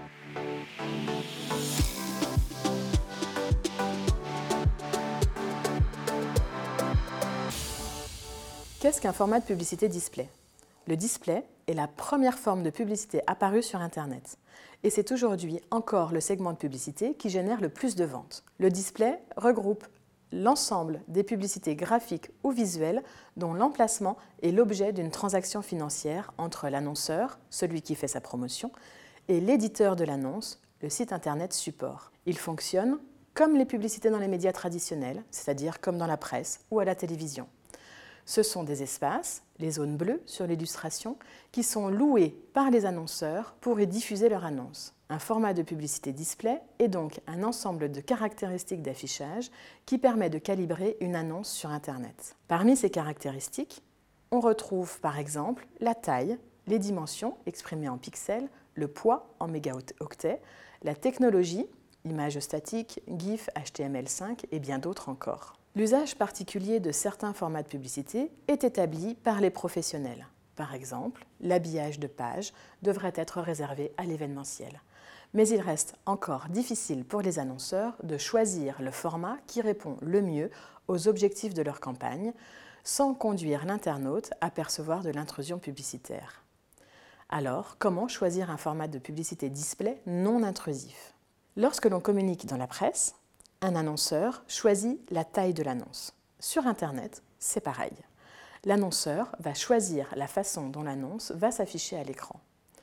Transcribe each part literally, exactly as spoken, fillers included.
Qu'est-ce qu'un format de publicité display? Le display est la première forme de publicité apparue sur Internet. Et c'est aujourd'hui encore le segment de publicité qui génère le plus de ventes. Le display regroupe l'ensemble des publicités graphiques ou visuelles dont l'emplacement est l'objet d'une transaction financière entre l'annonceur, celui qui fait sa promotion, et l'éditeur de l'annonce, le site Internet support. Il fonctionne comme les publicités dans les médias traditionnels, c'est-à-dire comme dans la presse ou à la télévision. Ce sont des espaces, les zones bleues sur l'illustration, qui sont loués par les annonceurs pour y diffuser leur annonce. Un format de publicité display est donc un ensemble de caractéristiques d'affichage qui permet de calibrer une annonce sur Internet. Parmi ces caractéristiques, on retrouve par exemple la taille, les dimensions exprimées en pixels, le poids en mégaoctets, la technologie, images statiques, GIF, H T M L cinq et bien d'autres encore. L'usage particulier de certains formats de publicité est établi par les professionnels. Par exemple, l'habillage de page devrait être réservé à l'événementiel. Mais il reste encore difficile pour les annonceurs de choisir le format qui répond le mieux aux objectifs de leur campagne, sans conduire l'internaute à percevoir de l'intrusion publicitaire. Alors, comment choisir un format de publicité display non intrusif? Lorsque l'on communique dans la presse, un annonceur choisit la taille de l'annonce. Sur Internet, c'est pareil. L'annonceur va choisir la façon dont l'annonce va s'afficher à l'écran.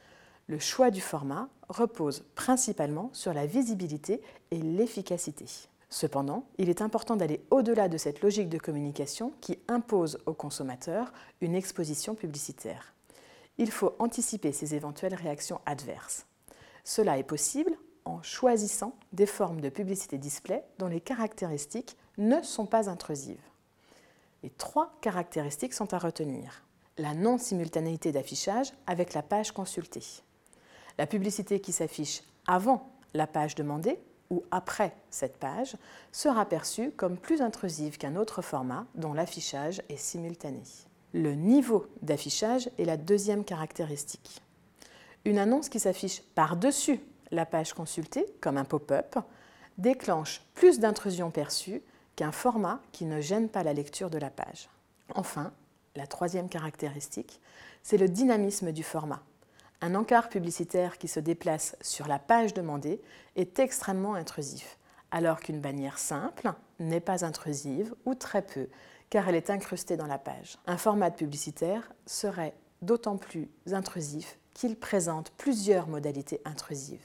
Le choix du format repose principalement sur la visibilité et l'efficacité. Cependant, il est important d'aller au-delà de cette logique de communication qui impose au consommateur une exposition publicitaire. Il faut anticiper ces éventuelles réactions adverses. Cela est possible en choisissant des formes de publicité display dont les caractéristiques ne sont pas intrusives. Les trois caractéristiques sont à retenir. La non-simultanéité d'affichage avec la page consultée. La publicité qui s'affiche avant la page demandée ou après cette page sera perçue comme plus intrusive qu'un autre format dont l'affichage est simultané. Le niveau d'affichage est la deuxième caractéristique. Une annonce qui s'affiche par-dessus la page consultée, comme un pop-up, déclenche plus d'intrusion perçue qu'un format qui ne gêne pas la lecture de la page. Enfin, la troisième caractéristique, c'est le dynamisme du format. Un encart publicitaire qui se déplace sur la page demandée est extrêmement intrusif, alors qu'une bannière simple n'est pas intrusive ou très peu, car elle est incrustée dans la page. Un format publicitaire serait d'autant plus intrusif qu'il présente plusieurs modalités intrusives.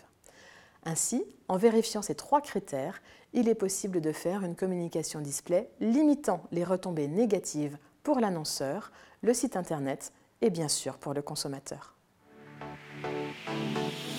Ainsi, en vérifiant ces trois critères, il est possible de faire une communication display limitant les retombées négatives pour l'annonceur, le site Internet et bien sûr pour le consommateur.